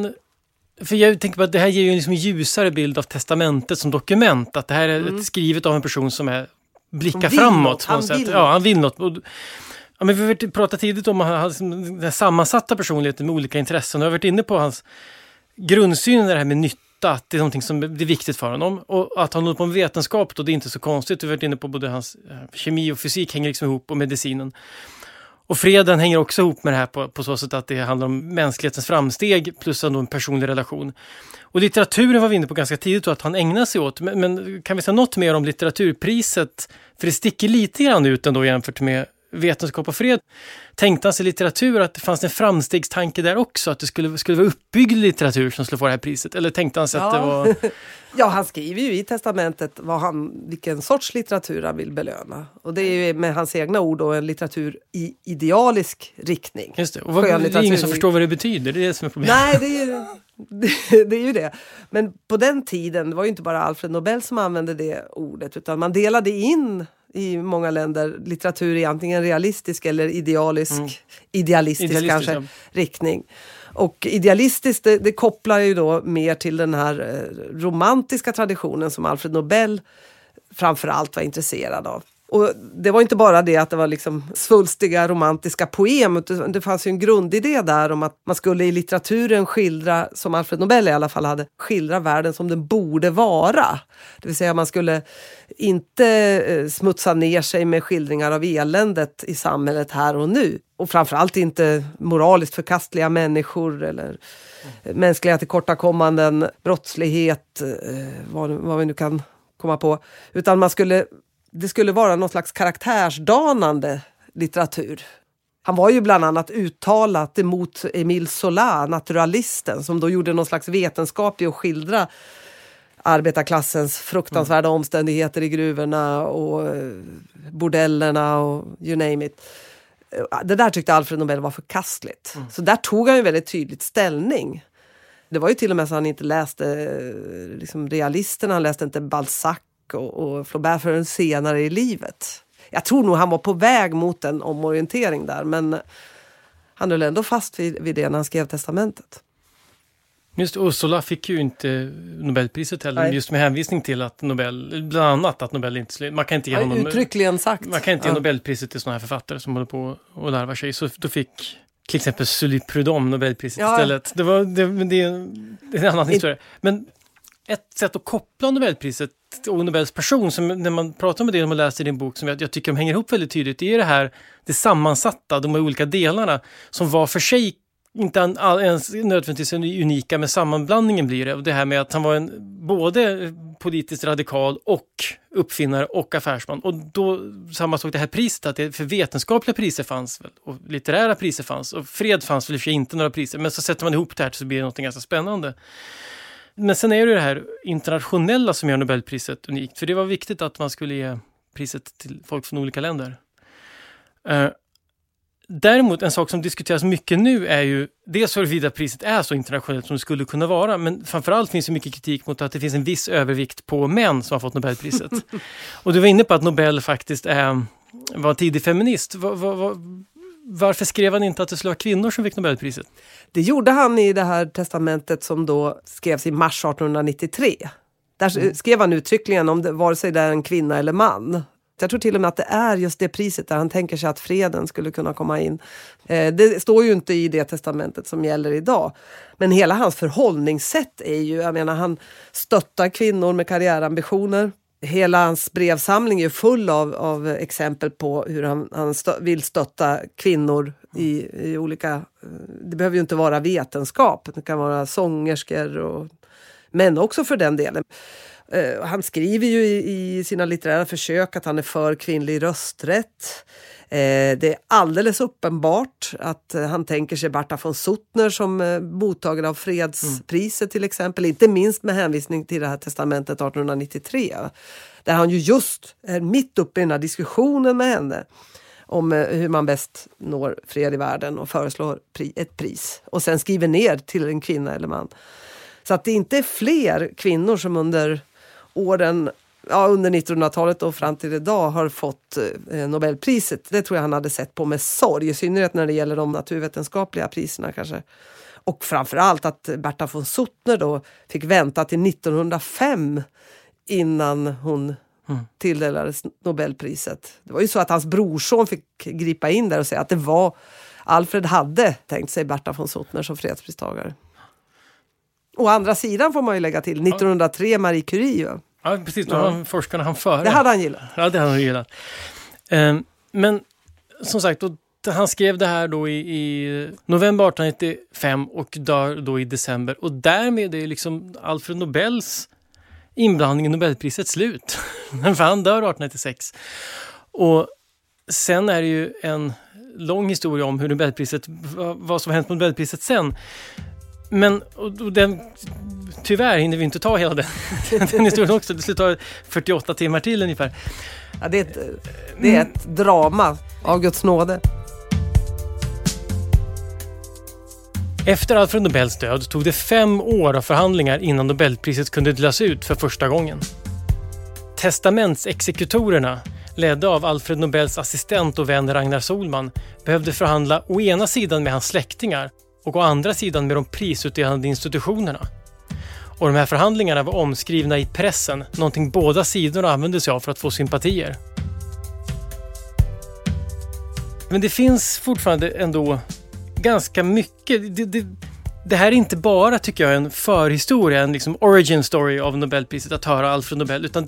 [SPEAKER 1] för jag tänker på att det här ger ju en liksom ljusare bild av testamentet som dokument. Att det här är skrivet av en person som är blickar framåt. Han vill något. Ja, men vi har pratat tidigt om den sammansatta personligheten med olika intressen. Och jag har varit inne på hans grundsyn, det här med nytta. Att det är någonting som är viktigt för honom. Och att han håller på med vetenskap, då det är inte så konstigt. Vi har varit inne på både hans kemi och fysik hänger liksom ihop, och medicinen. Och freden hänger också ihop med det här på så sätt att det handlar om mänsklighetens framsteg plus en personlig relation. Och litteraturen var vi inne på ganska tidigt att han ägnar sig åt. Men kan vi säga något mer om litteraturpriset? För det sticker lite grann ut ändå jämfört med vetenskap och fred. Tänkte han sig litteratur att det fanns en framstegstanke där också? Att det skulle vara uppbyggd litteratur som skulle få det här priset? Eller tänkte han sig att det var...
[SPEAKER 2] Ja, han skriver ju i testamentet vilken sorts litteratur han vill belöna. Och det är ju med hans egna ord då en litteratur i idealisk riktning.
[SPEAKER 1] Just det. Och det är ingen som förstår vad det betyder. Det är det som är problemet.
[SPEAKER 2] Nej, det är ju det. Men på den tiden, det var ju inte bara Alfred Nobel som använde det ordet, utan man delade in i många länder litteratur i antingen realistisk eller idealistisk kanske riktning. Och idealistiskt, det kopplar ju då mer till den här romantiska traditionen som Alfred Nobel framförallt var intresserad av. Och det var inte bara det att det var liksom svulstiga romantiska poem, utan det fanns ju en grundidé där om att man skulle i litteraturen skildra, som Alfred Nobel i alla fall hade, skildra världen som den borde vara. Det vill säga man skulle inte smutsa ner sig med skildringar av eländet i samhället här och nu. Och framförallt inte moraliskt förkastliga människor eller mänskliga tillkortakommanden, brottslighet, vad vi nu kan komma på. Utan det skulle vara någon slags karaktärsdanande litteratur. Han var ju bland annat uttalat emot Émile Zola, naturalisten, som då gjorde någon slags vetenskap i att skildra arbetarklassens fruktansvärda omständigheter i gruvorna och bordellerna och you name it. Det där tyckte Alfred Nobel var förkastligt. Så där tog han ju väldigt tydligt ställning. Det var ju till och med så han inte läste liksom realisterna, han läste inte Balzac och Flaubert förrän senare i livet. Jag tror nog han var på väg mot en omorientering där, men han höll ändå fast vid det när han skrev testamentet.
[SPEAKER 1] Just Ursula fick ju inte Nobelpriset heller. Nej. Just med hänvisning till att Nobel, bland annat att Nobel inte, man kan inte ge honom
[SPEAKER 2] uttryckligen sagt.
[SPEAKER 1] Man kan inte ge Nobelpriset till såna här författare som håller på och larvar sig. Så då fick till exempel Sully Prudhomme Nobelpriset istället. Det är en annan historia. Men ett sätt att koppla Nobelpriset och Nobels person, som när man pratar med det och man läser din bok, som jag tycker de hänger ihop väldigt tydligt, det är det sammansatta, de olika delarna som var för sig inte ens nödvändigtvis unika, men sammanblandningen blir det. Och det här med att han var både politiskt radikal och uppfinnare och affärsman. Och då samma sak det här priset, att det för vetenskapliga priser fanns väl, och litterära priser fanns, och fred fanns väl för sig inte några priser. Men så sätter man ihop det här så blir det något ganska spännande. Men sen är det här internationella som gör Nobelpriset unikt. För det var viktigt att man skulle ge priset till folk från olika länder. Däremot en sak som diskuteras mycket nu är ju dels huruvida priset är så internationellt som det skulle kunna vara, men framförallt finns det mycket kritik mot att det finns en viss övervikt på män som har fått Nobelpriset. Och du var inne på att Nobel faktiskt var en tidig feminist. Varför skrev han inte att det skulle vara kvinnor som fick Nobelpriset?
[SPEAKER 2] Det gjorde han i det här testamentet som då skrevs i mars 1893. Där skrev han uttryckligen om det, vare sig det är en kvinna eller man. Jag tror till och med att det är just det priset där han tänker sig att freden skulle kunna komma in. Det står ju inte i det testamentet som gäller idag. Men hela hans förhållningssätt är ju, jag menar, han stöttar kvinnor med karriärambitioner. Hela hans brevsamling är full av exempel på hur han vill stötta kvinnor i olika... Det behöver ju inte vara vetenskap, det kan vara sångerskor och män också för den delen. Han skriver ju i sina litterära försök att han är för kvinnlig rösträtt. Det är alldeles uppenbart att han tänker sig Bertha von Suttner som mottagare av fredspriset till exempel. Inte minst med hänvisning till det här testamentet 1893. Där han ju just är mitt uppe i den här diskussionen med henne om hur man bäst når fred i världen och föreslår ett pris. Och sen skriver ner till en kvinna eller man. Så att det inte är fler kvinnor som under åren, under 1900-talet och fram till idag har fått Nobelpriset. Det tror jag han hade sett på med sorg, i synnerhet när det gäller de naturvetenskapliga priserna kanske. Och framförallt att Bertha von Suttner då fick vänta till 1905 innan hon tilldelades Nobelpriset. Det var ju så att hans brorson fick gripa in där och säga att det var Alfred hade tänkt sig Bertha von Suttner som fredspristagare. Å andra sidan får man ju lägga till 1903 Marie Curie.
[SPEAKER 1] Ja, precis. Då har forskarna han före.
[SPEAKER 2] Det hade han gillat.
[SPEAKER 1] Ja, det hade han gillat. Men som sagt, han skrev det här då i november 1895 och dör då i december. Och därmed är liksom Alfred Nobels inblandning i Nobelpriset slut. För han dör 1896. Och sen är det ju en lång historia om hur Nobelpriset, vad som har hänt med Nobelpriset sen. Men och tyvärr hinner vi inte ta hela den historien också. Det skulle ta 48 timmar till ungefär.
[SPEAKER 2] Ja, det är ett drama av Guds nåde.
[SPEAKER 1] Efter Alfred Nobels död tog det 5 år av förhandlingar innan Nobelpriset kunde delas ut för första gången. Testamentsexekutorerna, ledda av Alfred Nobels assistent och vän Ragnar Solman, behövde förhandla å ena sidan med hans släktingar och å andra sidan med de prisutdelande institutionerna. Och de här förhandlingarna var omskrivna i pressen, någonting båda sidorna använde sig av för att få sympatier. Men det finns fortfarande ändå ganska mycket. Det här är inte bara, tycker jag, en förhistoria, en liksom origin story av Nobelpriset att höra Alfred Nobel, utan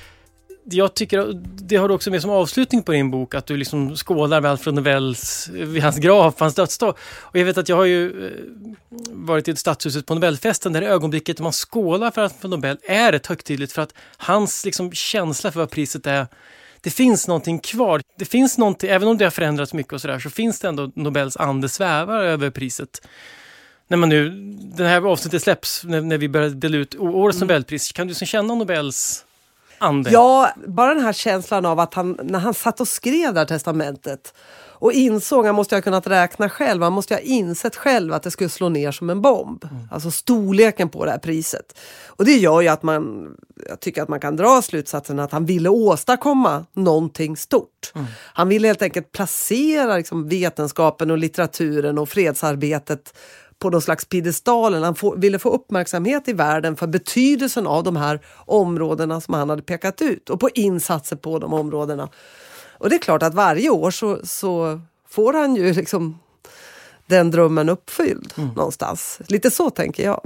[SPEAKER 1] jag tycker, det har du också med som avslutning på din bok, att du liksom skålar med Alfred Nobels vid hans grav, hans dödsdag. Och jag vet att jag har ju varit i Stadshuset på Nobelfesten, där det ögonblicket man skålar för Alfred Nobel är ett högtidligt, för att hans liksom känsla för vad priset är, det finns någonting kvar. Det finns någonting, även om det har förändrats mycket och sådär, så finns det ändå Nobels ande svävar över priset. När man nu, den här avsnittet släpps, när vi börjar dela ut årets Nobelpris, kan du så känna Nobels ande?
[SPEAKER 2] Ja, bara den här känslan av att när han satt och skrev det här testamentet och insåg, han måste ha kunnat räkna själv, han måste ha insett själv att det skulle slå ner som en bomb. Alltså storleken på det här priset. Och det gör ju att jag tycker att man kan dra slutsatsen att han ville åstadkomma någonting stort. Han ville helt enkelt placera liksom vetenskapen och litteraturen och fredsarbetet på någon slags piedestalen. Han ville få uppmärksamhet i världen för betydelsen av de här områdena som han hade pekat ut och på insatser på de områdena. Och det är klart att varje år så får han ju liksom den drömmen uppfylld någonstans. Lite så tänker jag.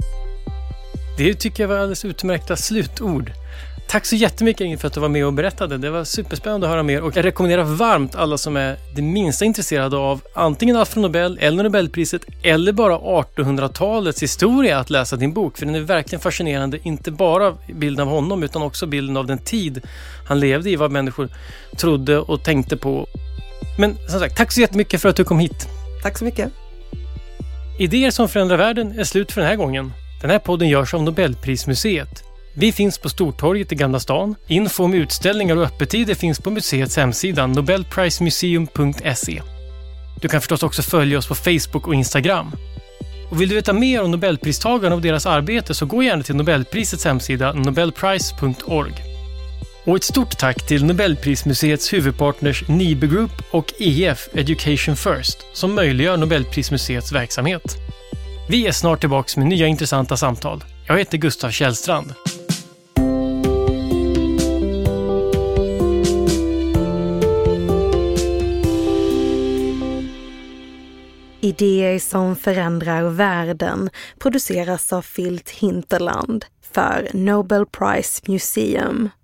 [SPEAKER 1] Det tycker jag var alldeles utmärkta slutord. Tack så jättemycket, Ingrid, för att du var med och berättade. Det var superspännande att höra mer, och jag rekommenderar varmt alla som är det minsta intresserade av antingen Alfred Nobel eller Nobelpriset eller bara 1800-talets historia att läsa din bok, för den är verkligen fascinerande, inte bara bilden av honom utan också bilden av den tid han levde i, vad människor trodde och tänkte på. Men som sagt, tack så jättemycket för att du kom hit.
[SPEAKER 2] Tack så mycket.
[SPEAKER 1] Idéer som förändrar världen är slut för den här gången. Den här podden görs av Nobelprismuseet. Vi finns på Stortorget i Gamla stan. Info om utställningar och öppettider finns på museets hemsida nobelprismuseum.se. Du kan förstås också följa oss på Facebook och Instagram. Och vill du veta mer om Nobelpristagarna och deras arbete, så gå gärna till Nobelprisets hemsida nobelprice.org. Och ett stort tack till Nobelprismuseets huvudpartners Nibe Group och EF Education First som möjliggör Nobelprismuseets verksamhet. Vi är snart tillbaka med nya intressanta samtal. Jag heter Gustav Källstrand.
[SPEAKER 3] Idéer som förändrar världen produceras av Filt Hinterland för Nobel Prize Museum.